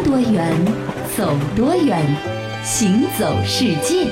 多远，走多远，行走世界。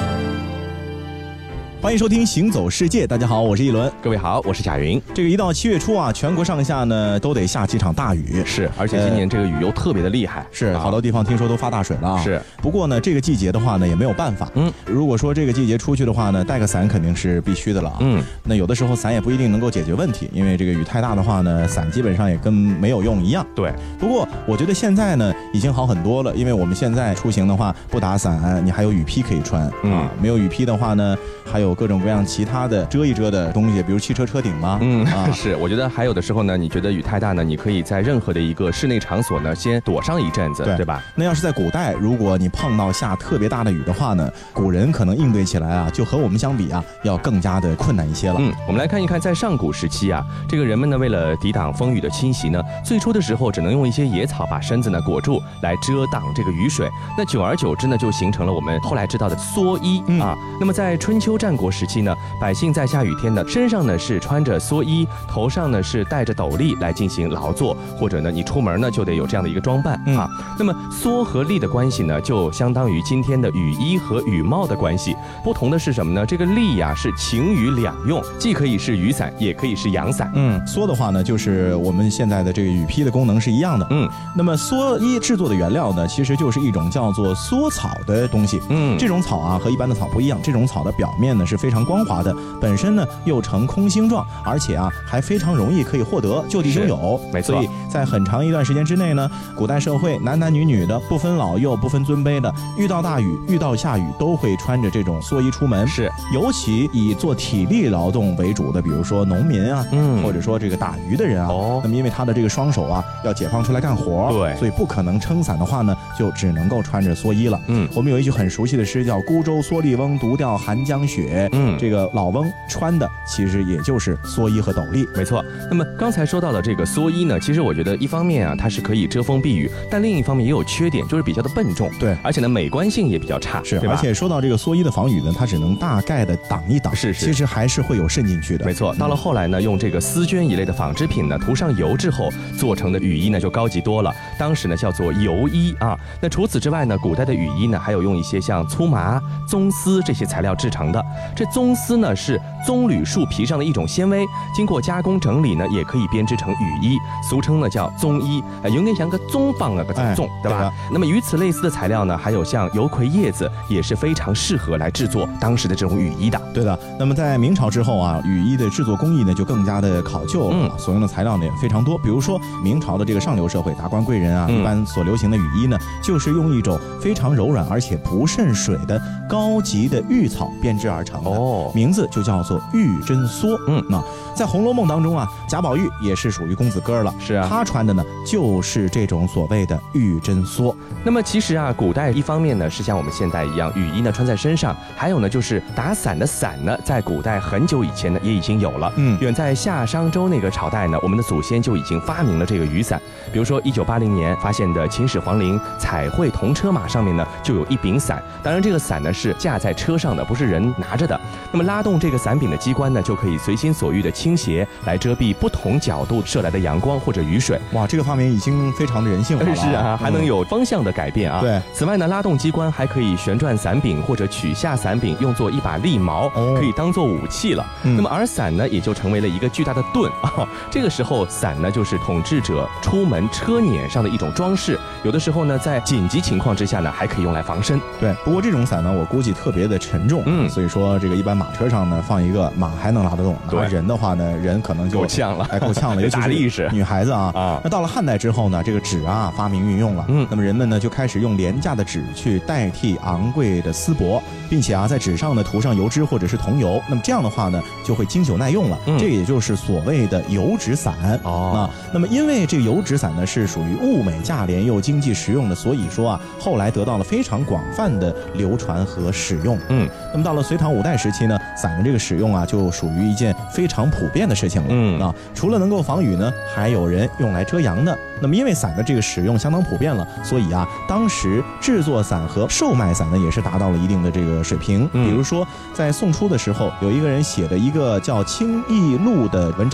欢迎收听《行走世界》，大家好，我是一轮。 各位好，我是贾云。 这个一到7月初啊，全国上下呢都得下几场大雨， 是，而且今年这个雨又特别的厉害， 是好多地方听说都发大水了啊。 是， 不过呢，这个季节的话呢也没有办法。如果说这个季节出去的话呢，带个伞肯定是必须的了啊。那有的时候伞也不一定能够解决问题，因为这个雨太大的话呢，伞基本上也跟没有用一样。 对。 不过我觉得现在呢已经好很多了，因为我们现在出行的话不打伞，你还有雨披可以穿啊。没有雨披的话呢，还有各种各样其他的遮一遮的东西，比如汽车车顶嘛。 是，我觉得还有的时候呢，你觉得雨太大呢，你可以在任何的一个室内场所呢，先躲上一阵子，对吧？ 那要是在古代，如果你碰到下特别大的雨的话呢，古人可能应对起来啊，就和我们相比啊，要更加的困难一些了。 我们来看一看，在上古时期啊，这个人们呢，为了抵挡风雨的侵袭呢，最初的时候只能用一些野草把身子呢裹住，来遮挡这个雨水。那久而久之呢，就形成了我们后来知道的蓑衣啊。那么在春秋战国时期呢，百姓在下雨天呢，身上呢是穿着蓑衣，头上呢是戴着斗笠来进行劳作，或者呢你出门呢就得有这样的一个装扮啊。那么蓑和笠的关系呢，就相当于今天的雨衣和雨帽的关系。不同的是什么呢？这个笠呀是晴雨两用，既可以是雨伞，也可以是阳伞。 蓑的话呢，就是我们现在的这个雨披的功能是一样的。那么蓑衣制作的原料呢，其实就是一种叫做蓑草的东西。这种草啊和一般的草不一样，这种草的表面呢是非常光滑的，本身呢又呈空心状，而且啊还非常容易可以获得，就地就有。 没错。 所以在很长一段时间之内呢，古代社会男男女女的不分老幼不分尊卑的，遇到大雨遇到下雨都会穿着这种蓑衣出门。 是， 尤其以做体力劳动为主的，比如说农民啊，或者说这个打鱼的人啊，那么因为他的这个双手啊要解放出来干活， 对， 所以不可能撑伞的话呢，就只能够穿着蓑衣了。我们有一句很熟悉的诗叫孤舟蓑笠翁，独钓寒江雪。这个老翁穿的其实也就是蓑衣和斗笠。 没错。那么刚才说到了这个蓑衣呢，其实我觉得一方面啊它是可以遮风避雨，但另一方面也有缺点，就是比较的笨重。 对， 而且呢美观性也比较差， 是， 对吧？ 而且说到这个蓑衣的防雨呢，它只能大概的挡一挡， 是， 其实还是会有渗进去的。 没错。到了后来呢，用这个丝绢一类的纺织品呢涂上油之后做成的雨衣呢就高级多了，当时呢叫做油衣啊。那除此之外呢，古代的雨衣呢还有用一些像粗麻、棕丝这些材料制成的。这棕丝呢是棕榈树皮上的一种纤维，经过加工整理呢也可以编织成雨衣，俗称呢叫棕衣，有点像个棕棒啊个棕，对吧？那么与此类似的材料呢，还有像油葵叶子，也是非常适合来制作当时的这种雨衣的。 对的。那么在明朝之后啊，雨衣的制作工艺呢就更加的考究，所用的材料呢也非常多。比如说明朝的这个上流社会达官贵人啊，一般所流行的雨衣呢，就是用一种非常柔软而且不渗水的高级的玉草编织而成的，名字就叫做玉真蓑。那在《红楼梦》当中啊，贾宝玉也是属于公子哥了， 是啊， 他穿的呢就是这种所谓的玉真蓑。 那么其实啊，古代一方面呢是像我们现代一样，雨衣呢穿在身上，还有呢就是打伞的伞呢，在古代很久以前呢也已经有了。远在夏商周那个朝代呢，我们的祖先就已经发明了这个雨伞。比如说1980年发现的秦始皇陵彩绘铜车马上面呢就有一柄伞，当然这个伞呢是架在车上的，不是人拿着的。那么拉动这个伞柄的机关呢，就可以随心所欲的倾斜，来遮蔽不同角度射来的阳光或者雨水。 哇，这个发明已经非常的人性化了。 是啊，还能有方向的改变啊。 对。 此外呢，拉动机关还可以旋转伞柄或者取下伞柄，用作一把利矛，可以当做武器了。那么而伞呢，也就成为了一个巨大的盾啊。这个时候伞呢，就是统治者出门车辇上的一种装饰。有的时候呢，在紧急情况之下呢，还可以用来防身。 对，不过这种伞呢，我估计特别的沉重，所以说这个一般马车上呢放一个，马还能拉得动。对，人的话呢，人可能就够呛了， 够呛了，尤其是女孩子啊。那到了汉代之后呢，这个纸啊发明运用了，那么人们呢就开始用廉价的纸去代替昂贵的丝帛，并且啊在纸上呢涂上油脂或者是桐油，那么这样的话呢就会经久耐用了。这也就是所谓的油纸伞。那么因为这个油纸伞呢是属于物美价廉又经济实用的，所以说啊后来得到了非常广泛的流传和使用。那么到了隋唐五代时期呢，伞的这个使用啊就属于一件非常普遍的事情了。除了能够防雨呢，还有人用来遮阳的。那么因为伞的这个使用相当普遍了，所以啊当时制作伞和售卖伞呢也是达到了一定的这个水平。比如说在宋初的时候，有一个人写的一个叫《清异录》的文章，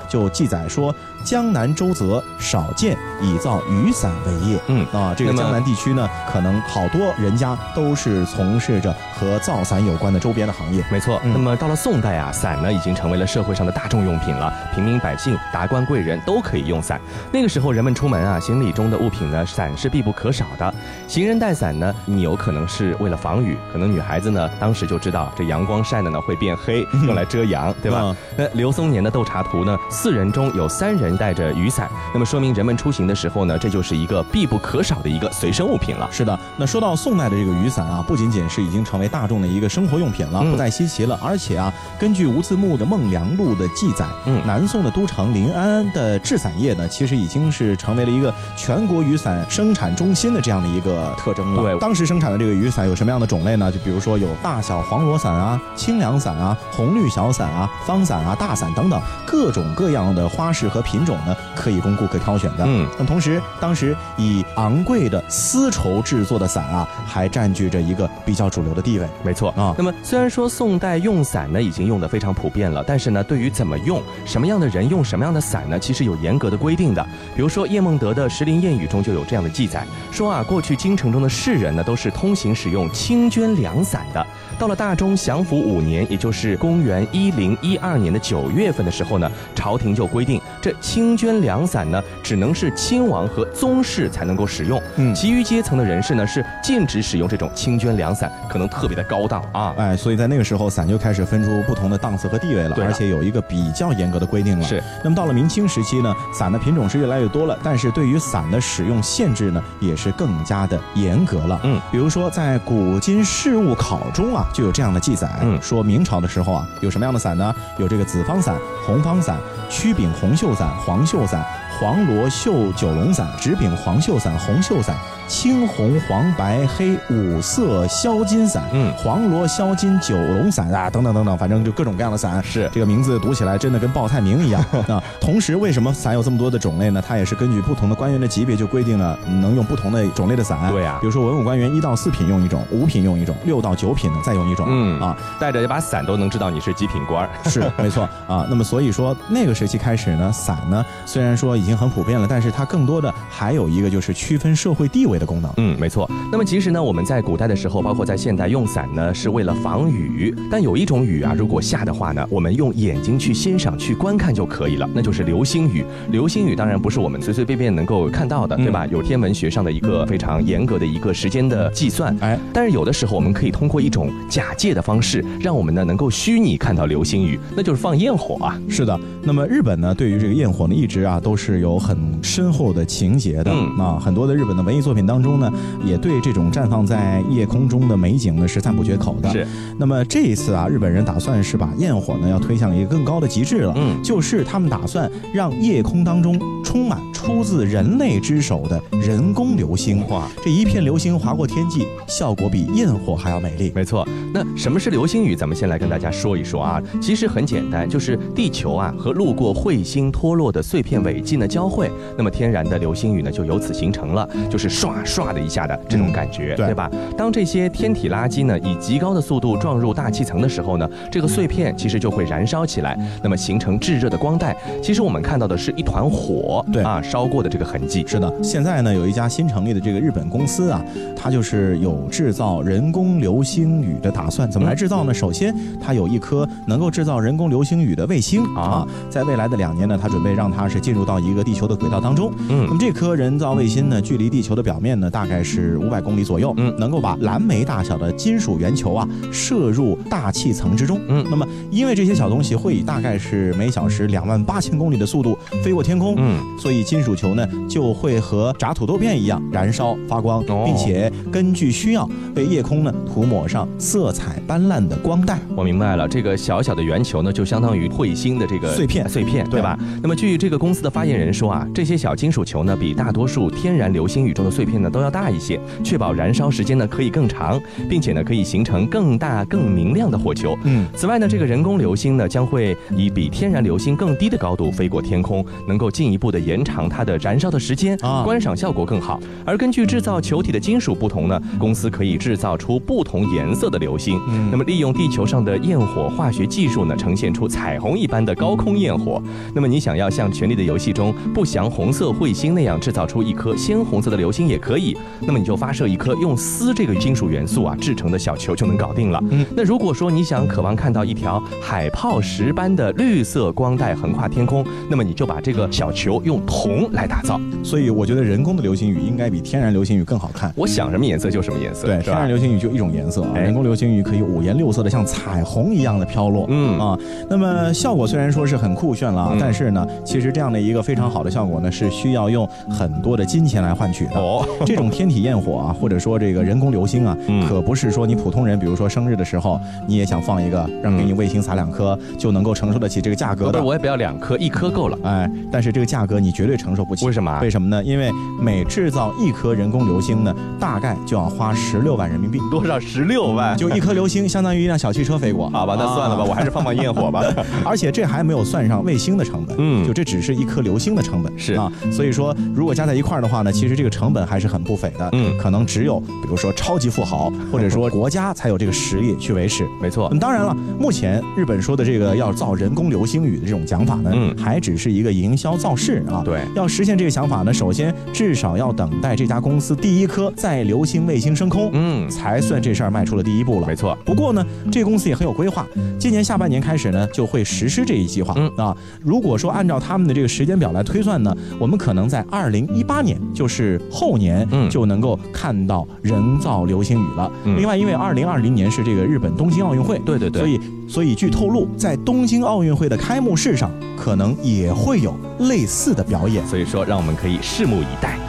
就记载说，江南周泽少见以造雨伞为业。这个江南地区呢，可能好多人家都是从事着和造伞有关的周边的行业。 没错。那么到了宋代啊，伞呢已经成为了社会上的大众用品了，平民百姓、达官贵人都可以用伞。那个时候人们出门啊，行李中的物品呢，伞是必不可少的。行人带伞呢，你有可能是为了防雨，可能女孩子呢当时就知道这阳光晒的呢会变黑，用来遮阳，对吧？那刘松年的《斗茶图》呢，4人中有3人带着雨伞，那么说明人们出行的时候呢，这就是一个必不可少的一个随身物品了。 是的，那说到宋代的这个雨伞啊，不仅仅是已经成为大众的一个生活用品了，不再稀奇了，而且啊，根据吴自牧的《孟良录》的记载，南宋的都城临安的制伞业呢，其实已经是成为了一个全国雨伞生产中心的这样的一个特征了。对，当时生产的这个雨伞有什么样的种类呢？就比如说有大小黄罗伞啊、清凉伞啊、红绿小伞啊、方伞啊、大伞等等各种各样的花式和品种呢，可以供顾客挑选的。那同时，当时以昂贵的丝绸制作的伞啊，还占据着一个比较主流的地位。 没错啊。那么虽然说宋代用伞呢已经用得非常普遍了，但是呢，对于怎么用、什么样的人用什么样的伞呢，其实有严格的规定的。比如说叶梦得的《石林谚语》中就有这样的记载，说啊，过去京城中的士人呢都是通行使用青绢凉伞的。到了大中祥符5年，也就是公元1012年的9月份的时候呢，朝廷就规定这青绢凉伞呢只能是亲王和宗室才能够使用，其余阶层的人士呢是禁止使用这种青绢凉伞，可能特别的高档啊。 所以在那个时候伞就开始分出不同的档次和地位了，而且有一个比较严格的规定了。 是。 那么到了明清时期呢，伞的品种是越来越多了，但是对于伞的使用限制呢也是更加的严格了。比如说在古今事务考中啊，就有这样的记载，说明朝的时候啊，有什么样的伞呢？有这个紫方伞、红方伞、曲柄红袖伞、黄袖伞、黄罗绣九龙伞、直柄黄袖伞、红袖伞、青红黄白黑5色销金伞、黄罗销金九龙伞啊，等等等等，反正就各种各样的伞。 是，这个名字读起来真的跟报菜名一样啊。同时，为什么伞有这么多的种类呢？它也是根据不同的官员的级别就规定了能用不同的种类的伞。 对啊， 比如说文武官员1到4品用一种，5品用一种，6到9品呢再用一种。 带着一把伞都能知道你是几品官。 是，没错啊。那么所以说那个时期开始呢，伞呢虽然说已经很普遍了，但是它更多的还有一个就是区分社会地位的功能。 没错。那么其实呢，我们在古代的时候，包括在现代用伞呢，是为了防雨。但有一种雨啊，如果下的话呢，我们用眼睛去欣赏、去观看就可以了，那就是流星雨。流星雨当然不是我们随随便便能够看到的，对吧？有天文学上的一个非常严格的一个时间的计算。但是有的时候我们可以通过一种假借的方式，让我们呢能够虚拟看到流星雨，那就是放焰火啊。 是的。那么日本呢，对于这个焰火呢，一直啊都是有很深厚的情节的。很多的日本的文艺作品当中呢，也对这种绽放在夜空中的美景呢是赞不绝口的。 是。 那么这一次啊，日本人打算是把焰火呢要推向一个更高的极致了。就是他们打算让夜空当中充满出自人类之手的人工流星。 哇， 这一片流星划过天际，效果比焰火还要美丽。 没错。那什么是流星雨？咱们先来跟大家说一说啊。其实很简单，就是地球啊和路过彗星脱落的碎片尾迹呢交汇，那么天然的流星雨呢就由此形成了，就是唰唰的一下的这种感觉，对吧？当这些天体垃圾呢以极高的速度撞入大气层的时候呢，这个碎片其实就会燃烧起来，那么形成炙热的光带。其实我们看到的是一团火，烧过的这个痕迹。 是的。现在呢有一家新成立的这个日本公司啊，它就是有制造人工流星雨的打算。怎么来制造呢？首先它有一颗能够制造人工流星雨的卫星在未来的2年呢，它准备让它是进入到一个地球的轨道当中。那么这颗人造卫星呢，距离地球的表面呢大概是500公里左右，能够把蓝莓大小的金属圆球啊射入大气层之中。那么因为这些小东西会以大概是每小时28000公里的速度飞过天空，所以金属球呢就会和炸土豆片一样燃烧发光，并且根据需要为夜空呢涂抹上色彩斑斓的光带。 我明白了，这个小小的圆球呢就相当于彗星的这个碎片，对吧？那么据这个公司的发言人说啊，这些小金属球呢比大多数天然流星雨中的碎片呢都要大一些，确保燃烧时间呢可以更长，并且呢可以形成更大更明亮的火球。此外呢，这个人工流星呢将会以比天然流星更低的高度飞过天空，能够进一步的延长它它的燃烧的时间，观赏效果更好。而根据制造球体的金属不同呢，公司可以制造出不同颜色的流星。那么利用地球上的焰火化学技术呢，呈现出彩虹一般的高空焰火。那么你想要像《权力的游戏》中不祥红色彗星那样制造出一颗鲜红色的流星也可以，那么你就发射一颗用锶这个金属元素制成的小球就能搞定了。那如果说你想渴望看到一条海泡石般的绿色光带横跨天空，那么你就把这个小球用铜来打造。 所以我觉得人工的流星雨应该比天然流星雨更好看。 我想什么颜色就什么颜色。 对，天然流星雨就一种颜色，人工流星雨可以五颜六色的像彩虹一样的飘落。那么效果虽然说是很酷炫了，但是呢，其实这样的一个非常好的效果呢，是需要用很多的金钱来换取的。这种天体焰火或者说这个人工流星可不是说你普通人，比如说生日的时候，你也想放一个，让给你卫星撒2颗就能够承受得起这个价格的。 不是，我也不要2颗，1颗够了。 但是这个价格你绝对承受不起。 为什么？ 为什么呢？因为每制造1颗人工流星呢，大概就要花16万人民币。 多少？16万？ 就1颗流星相当于一辆小汽车飞过。 好吧，那算了吧，我还是放焰火吧。 而且这还没有算上卫星的成本，就这只是1颗流星的成本。 是所以说如果加在一块儿的话呢，其实这个成本还是很不菲的。可能只有比如说超级富豪或者说国家才有这个实力去维持。 没错。 当然了，目前日本说的这个要造人工流星雨的这种讲法呢，还只是一个营销造势对， 要实现这个想法呢，首先至少要等待这家公司第1颗载流星卫星升空，才算这事儿迈出了第1步了。 没错。 不过呢，这个公司也很有规划，今年下半年开始呢，就会实施这一计划。如果说按照他们的这个时间表来推算呢，我们可能在2018年，就是后年，就能够看到人造流星雨了。另外，因为2020年是这个日本东京奥运会， 对， 所以据透露，在东京奥运会的开幕式上，可能也会有类似的表演。 所以说，让我们可以拭目以待。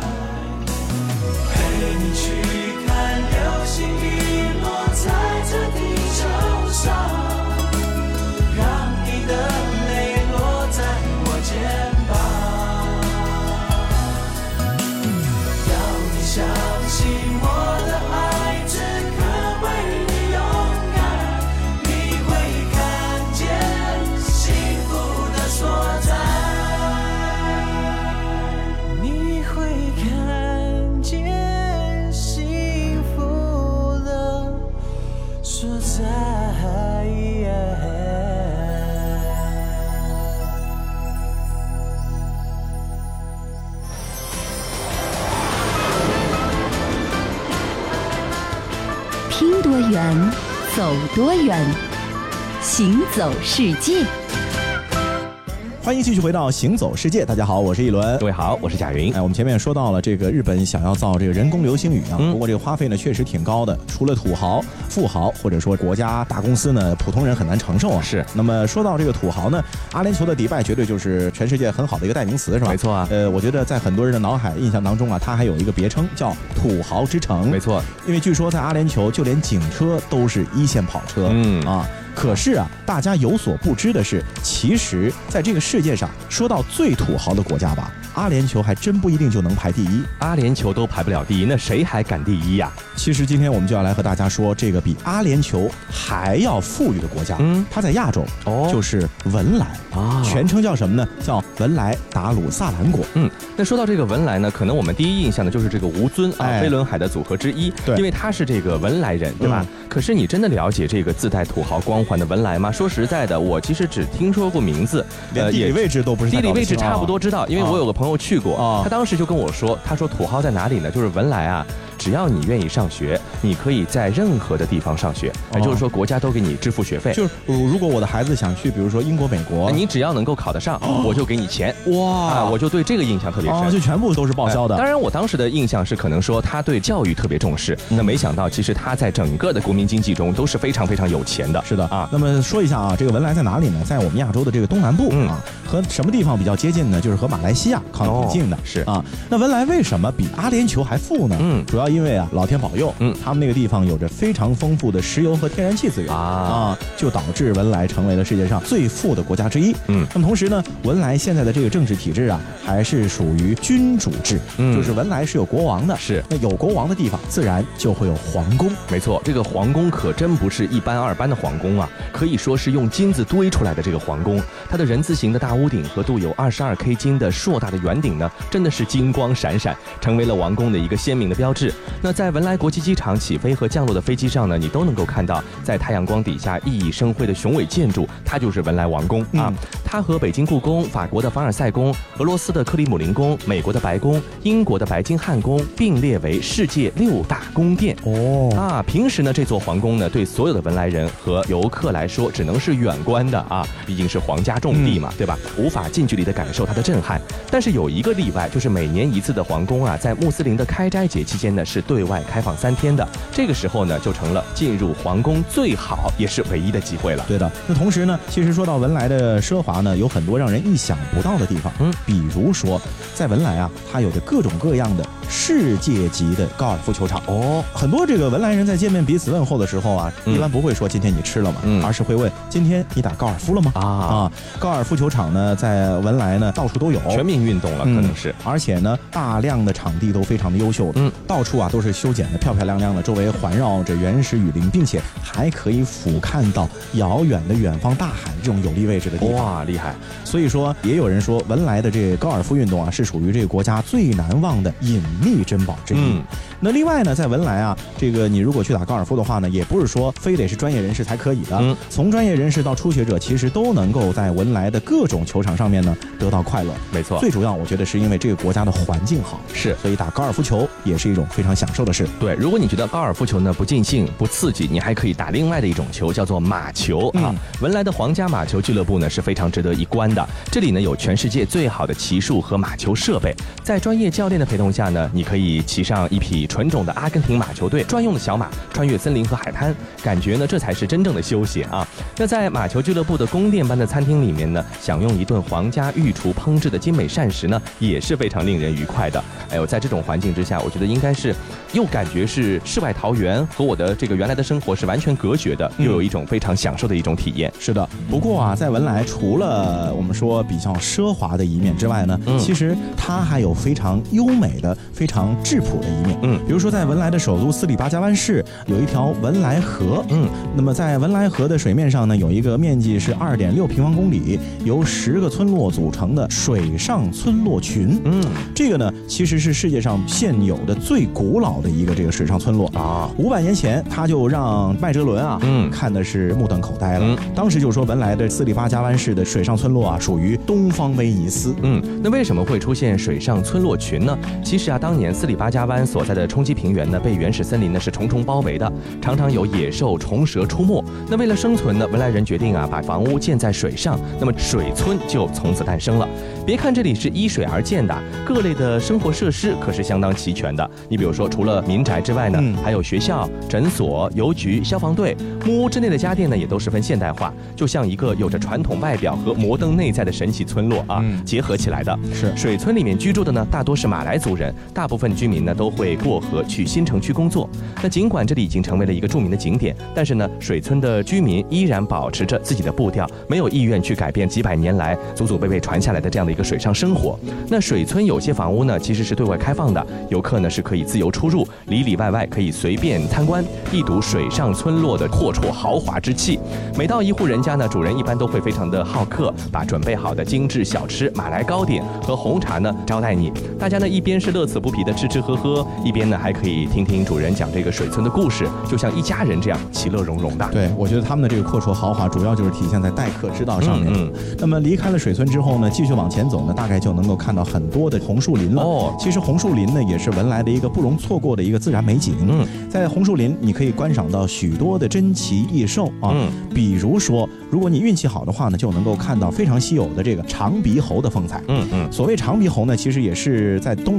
听多远，走多远，行走世界。 欢迎继续回到行走世界，大家好，我是一轮。 各位好，我是贾云。 我们前面说到了这个日本想要造这个人工流星雨不过这个花费呢确实挺高的，除了土豪、富豪或者说国家大公司呢，普通人很难承受是。 那么说到这个土豪呢，阿联酋的迪拜绝对就是全世界很好的一个代名词，是吧？ 没错我觉得在很多人的脑海印象当中它还有一个别称叫土豪之城。 没错， 因为据说在阿联酋就连警车都是1线跑车。可是大家有所不知的是，其实在这个世界上说到最土豪的国家吧，阿联酋还真不一定就能排第1。 阿联酋都排不了第1，那谁还敢第1呀？ 其实今天我们就要来和大家说这个比阿联酋还要富裕的国家，它在亚洲，就是文莱全称叫什么呢？叫文莱达鲁萨兰国。 那说到这个文莱呢，可能我们第一印象的就是这个吴尊飞轮海的组合之一，因为他是这个文莱人，对吧？可是你真的了解这个自带土豪光环的文莱吗？说实在的，我其实只听说过名字， 连地理位置都不是。 地理位置差不多知道，因为我有个朋友去过，他当时就跟我说，他说土豪在哪里呢？就是文莱只要你愿意上学，你可以在任何的地方上学，也就是说国家都给你支付学费。 就是如果我的孩子想去，比如说英国、美国， 你只要能够考得上，我就给你钱。哇，我就对这个印象特别深， 就全部都是报销的。 当然，我当时的印象是可能说他对教育特别重视，那没想到其实他在整个的国民经济中都是非常非常有钱的。 是的那么说一下这个文莱在哪里呢？在我们亚洲的这个东南部和什么地方比较接近呢？就是和马来西亚靠得挺近的。 是那文莱为什么比阿联酋还富呢？主要要因为啊老天保佑，他们那个地方有着非常丰富的石油和天然气资源就导致文莱成为了世界上最富的国家之一。那么同时呢，文莱现在的这个政治体制啊，还是属于君主制，就是文莱是有国王的， 是那有国王的地方，自然就会有皇宫。 没错，这个皇宫可真不是一般二般的皇宫啊，可以说是用金子堆出来的这个皇宫。它的人字形的大屋顶和镀有22K 金的硕大的圆顶呢，真的是金光闪闪，成为了王宫的一个鲜明的标志。那在文莱国际机场起飞和降落的飞机上呢，你都能够看到在太阳光底下熠熠生辉的雄伟建筑，它就是文莱王宫啊。它和北京故宫、法国的凡尔赛宫、俄罗斯的克里姆林宫、美国的白宫、英国的白金汉宫并列为世界6大宫殿平时呢，这座皇宫呢，对所有的文莱人和游客来说，只能是远观的啊，毕竟是皇家重地嘛，对吧？无法近距离的感受它的震撼。但是有一个例外，就是每年一次的皇宫啊，在穆斯林的开斋节期间呢，是对外开放3天的。这个时候呢，就成了进入皇宫最好也是唯一的机会了。 对的。那同时呢，其实说到文莱的奢华呢，有很多让人意想不到的地方。比如说在文莱啊，它有着各种各样的世界级的高尔夫球场。很多这个文莱人在见面彼此问候的时候啊，一般不会说今天你吃了吗？而是会问今天你打高尔夫了吗？高尔夫球场呢，在文莱呢到处都有， 全民运动了，可能是。 而且呢，大量的场地都非常的优秀的，到处啊都是修剪的漂漂亮亮的，周围环绕着原始雨林，并且还可以俯瞰到遥远的远方大海这种有利位置的地方。 哇，厉害！ 所以说，也有人说文莱的这个高尔夫运动啊，是属于这个国家最难忘的隐秘珍宝之一。那另外呢，在文莱啊，这个你如果去打高尔夫的话呢，也不是说非得是专业人士才可以的，从专业人士到初学者，其实都能够在文莱的各种球场上面呢得到快乐。 没错， 最主要我觉得是因为这个国家的环境好， 是， 所以打高尔夫球也是一种非常享受的事。 对，如果你觉得高尔夫球呢不尽兴不刺激，你还可以打另外的一种球，叫做马球啊。文莱的皇家马球俱乐部呢是非常值得一观的，这里呢有全世界最好的骑术和马球设备，在专业教练的陪同下呢，你可以骑上一匹纯种的阿根廷马球队专用的小马，穿越森林和海滩，感觉呢这才是真正的休闲啊。那在马球俱乐部的宫殿般的餐厅里面呢，享用一顿皇家御厨烹制的精美膳食呢，也是非常令人愉快的。哎呦，在这种环境之下，我觉得应该是又感觉是世外桃源，和我的这个原来的生活是完全隔绝的，又有一种非常享受的一种体验。 是的，不过啊，在文莱除了我们说比较奢华的一面之外呢，其实它还有非常优美的、非常质朴的一面。比如说在文莱的首都斯里巴加湾市有一条文莱河。那么在文莱河的水面上呢，有一个面积是2.6平方公里，由10个村落组成的水上村落群。这个呢，其实是世界上现有的最古老的一个这个水上村落啊。500年前，他就让麦哲伦啊，看的是目瞪口呆了。当时就说文莱的斯里巴加湾市的水上村落啊，属于东方威尼斯。 那为什么会出现水上村落群呢？其实啊，当年斯里巴加湾所在的冲积平原呢，被原始森林呢是重重包围的，常常有野兽、虫蛇出没。那为了生存呢，文莱人决定啊，把房屋建在水上，那么水村就从此诞生了。别看这里是依水而建的，各类的生活设施可是相当齐全的。你比如说，除了民宅之外呢，还有学校、诊所、邮局、消防队，木屋之内的家电呢也都十分现代化，就像一个有着传统外表和摩登内在的神奇村落啊，结合起来的。 是水村里面居住的呢，大多是马来族人，大部分居民呢都会过河去新城区工作。那尽管这里已经成为了一个著名的景点，但是呢，水村的居民依然保持着自己的步调，没有意愿去改变几百年来祖祖辈辈传下来的这样的一个水上生活。那水村有些房屋呢，其实是对外开放的，游客呢是可以自由出入，里里外外可以随便参观，一睹水上村落的阔绰豪华之气。每到一户人家呢，主人一般都会非常的好客，把准备好的精致小吃、马来糕点和红茶呢招待你。大家呢一边是乐此不疲的吃吃喝喝，一边呢还可以听听主人讲这个水村的故事，就像一家人这样其乐融融的。 对，我觉得他们的这个阔绰豪华，主要就是体现在待客之道上面。那么离开了水村之后呢，继续往前走呢，大概就能够看到很多的红树林了。其实红树林呢，也是文莱的一个不容错过的一个自然美景。在红树林，你可以观赏到许多的珍奇异兽啊，比如说，如果你运气好的话呢，就能够看到非常稀有的这个长鼻猴的风采。所谓长鼻猴呢，其实也是在东南亚，尤其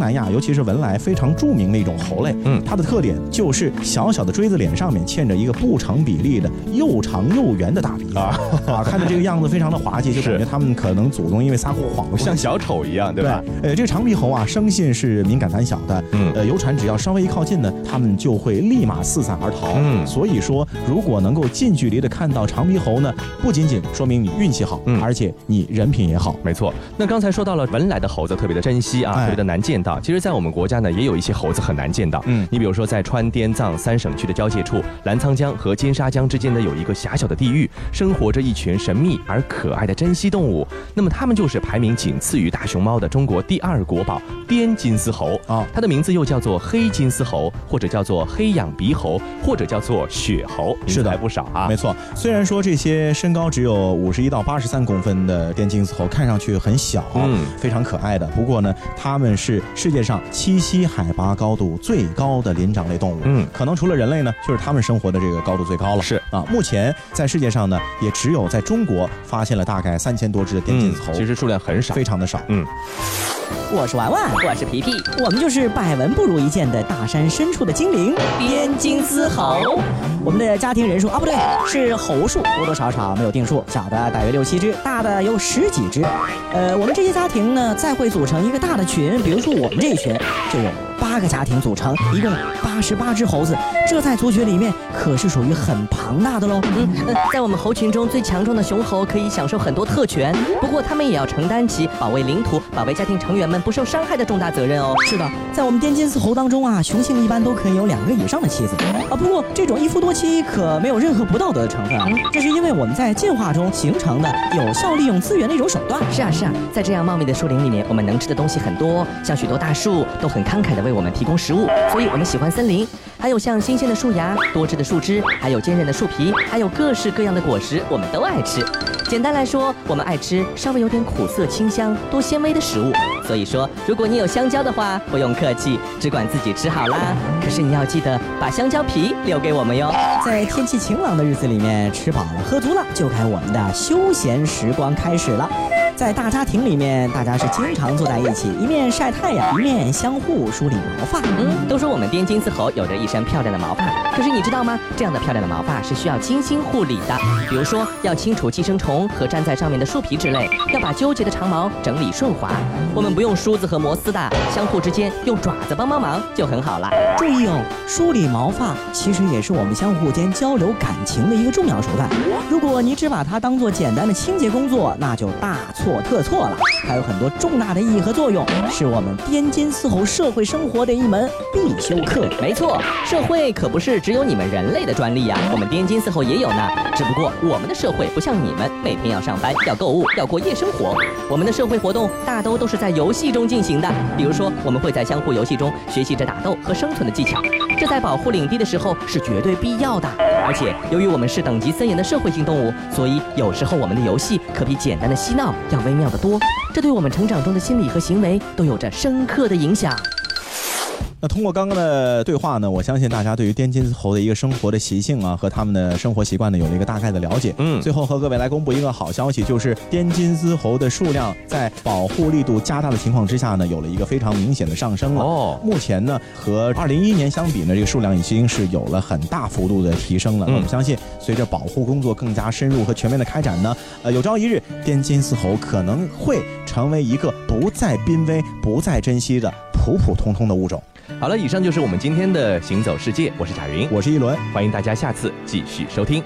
其实文莱非常著名的一种猴类，它的特点就是小小的锥子脸上面嵌着一个不成比例的又长又圆的大鼻子看着这个样子非常的滑稽，就感觉他们可能祖宗因为撒过谎， 像小丑一样，对吧？ 对，这个长鼻猴啊，生性是敏感胆小的，游船只要稍微一靠近呢，他们就会立马四散而逃。所以说，如果能够近距离的看到长鼻猴呢，不仅仅说明你运气好，而且你人品也好。 没错。那刚才说到了文莱的猴子特别的珍惜啊，特别的难见到。其实，在我们国家呢，也有一些猴子很难见到。你比如说，在川滇藏3省区的交界处，澜沧江和尖沙江之间呢，有一个狭小的地域，生活着一群神秘而可爱的珍稀动物。那么，它们就是排名仅次于大熊猫的中国第2国宝滇金丝猴啊，它的名字又叫做黑金丝猴，或者叫做黑仰鼻猴，或者叫做雪猴， 是的， 还不少啊。 没错，虽然说这些身高只有51到83公分的滇金丝猴看上去很小，非常可爱的，不过呢，它们是世界上栖息海拔高度最高的灵长类动物，可能除了人类呢，就是它们生活的这个高度最高了。 是啊，目前在世界上呢，也只有在中国发现了大概3000多只的滇金丝猴， 其实数量很少， 非常的少。 我是玩玩， 我是皮皮， 我们就是百闻不如一见的大山深处的精灵滇金丝猴。 我们的家庭人数不对，是猴数，多多少少没有定数，小的大约6、7只，大的有10几只。我们这些家庭呢，再会组成一个大的群，比如说我们这一群就有8个家庭组成，一共88只猴子，这在族群里面可是属于很庞大的喽。 在我们猴群中最强壮的雄猴可以享受很多特权，不过他们也要承担起保卫领土、保卫家庭成员们不受伤害的重大责任哦。 是的，在我们滇金丝猴当中啊，雄性一般都可以有2个以上的妻子啊。不过这种一夫多妻可没有任何不道德的成分啊，这是因为我们在进化中形成的有效利用资源的一种手段。 是啊，在这样茂密的树林里面，我们能吃的东西很多，像许多大树都很慷慨地为我们提供食物，所以我们喜欢森林。还有像新鲜的树芽、多汁的树枝，还有坚韧的树皮，还有各式各样的果实，我们都爱吃。简单来说，我们爱吃稍微有点苦涩、清香、多纤维的食物。所以说，如果你有香蕉的话，不用客气，只管自己吃好啦。可是你要记得把香蕉皮留给我们哟。 在天气晴朗的日子里面，吃饱了喝足了，就该我们的休闲时光开始了。在大家庭里面，大家是经常坐在一起，一面晒太阳，一面相互梳理毛发。 都说我们滇金丝猴有着一身漂亮的毛发，可是你知道吗？这样的漂亮的毛发是需要精心护理的，比如说要清除寄生虫和粘在上面的树皮之类，要把纠结的长毛整理顺滑。我们不用梳子和摩丝的，相互之间用爪子帮忙就很好了。 注意哦，梳理毛发其实也是我们相互间交流感情的一个重要手段。如果你只把它当做简单的清洁工作，那就大错特错了。它有很多重大的意义和作用，是我们滇金丝猴社会生活的一门必修课。 没错，社会可不是只有你们人类的专利呀，我们滇金丝猴也有呢。只不过我们的社会不像你们，每天要上班、要购物、要过夜生活。我们的社会活动大都是在游戏中进行的，比如说我们会在相互游戏中学习着打斗和生存的技巧，这在保护领地的时候是绝对必要的。而且由于我们是等级森严的社会性动物，所以有时候我们的游戏可比简单的嬉闹要微妙得多，这对我们成长中的心理和行为都有着深刻的影响。 那通过刚刚的对话呢，我相信大家对于滇金丝猴的一个生活的习性啊和他们的生活习惯呢有了一个大概的了解。最后和各位来公布一个好消息，就是滇金丝猴的数量在保护力度加大的情况之下呢，有了一个非常明显的上升了。目前呢和2011年相比呢，这个数量已经是有了很大幅度的提升了。我们相信随着保护工作更加深入和全面的开展呢，有朝一日滇金丝猴可能会成为一个不再濒危、不再珍惜的普普通通的物种。 好了，以上就是我们今天的行走世界，我是贾云， 我是一轮， 欢迎大家下次继续收听。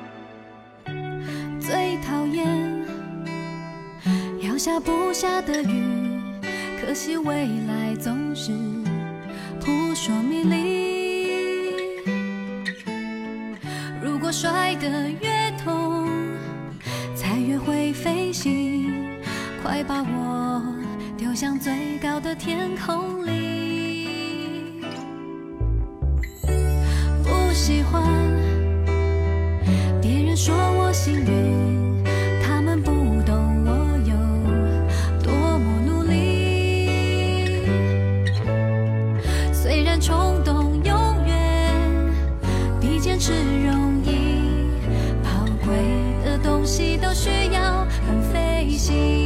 最讨厌要下不下的雨，可惜未来总是扑朔迷离。如果摔得越痛，才越会飞行，快把我丢向最高的天空里。喜欢别人说我幸运，他们不懂我有多么努力。虽然冲动永远比坚持容易，宝贵的东西都需要很费心。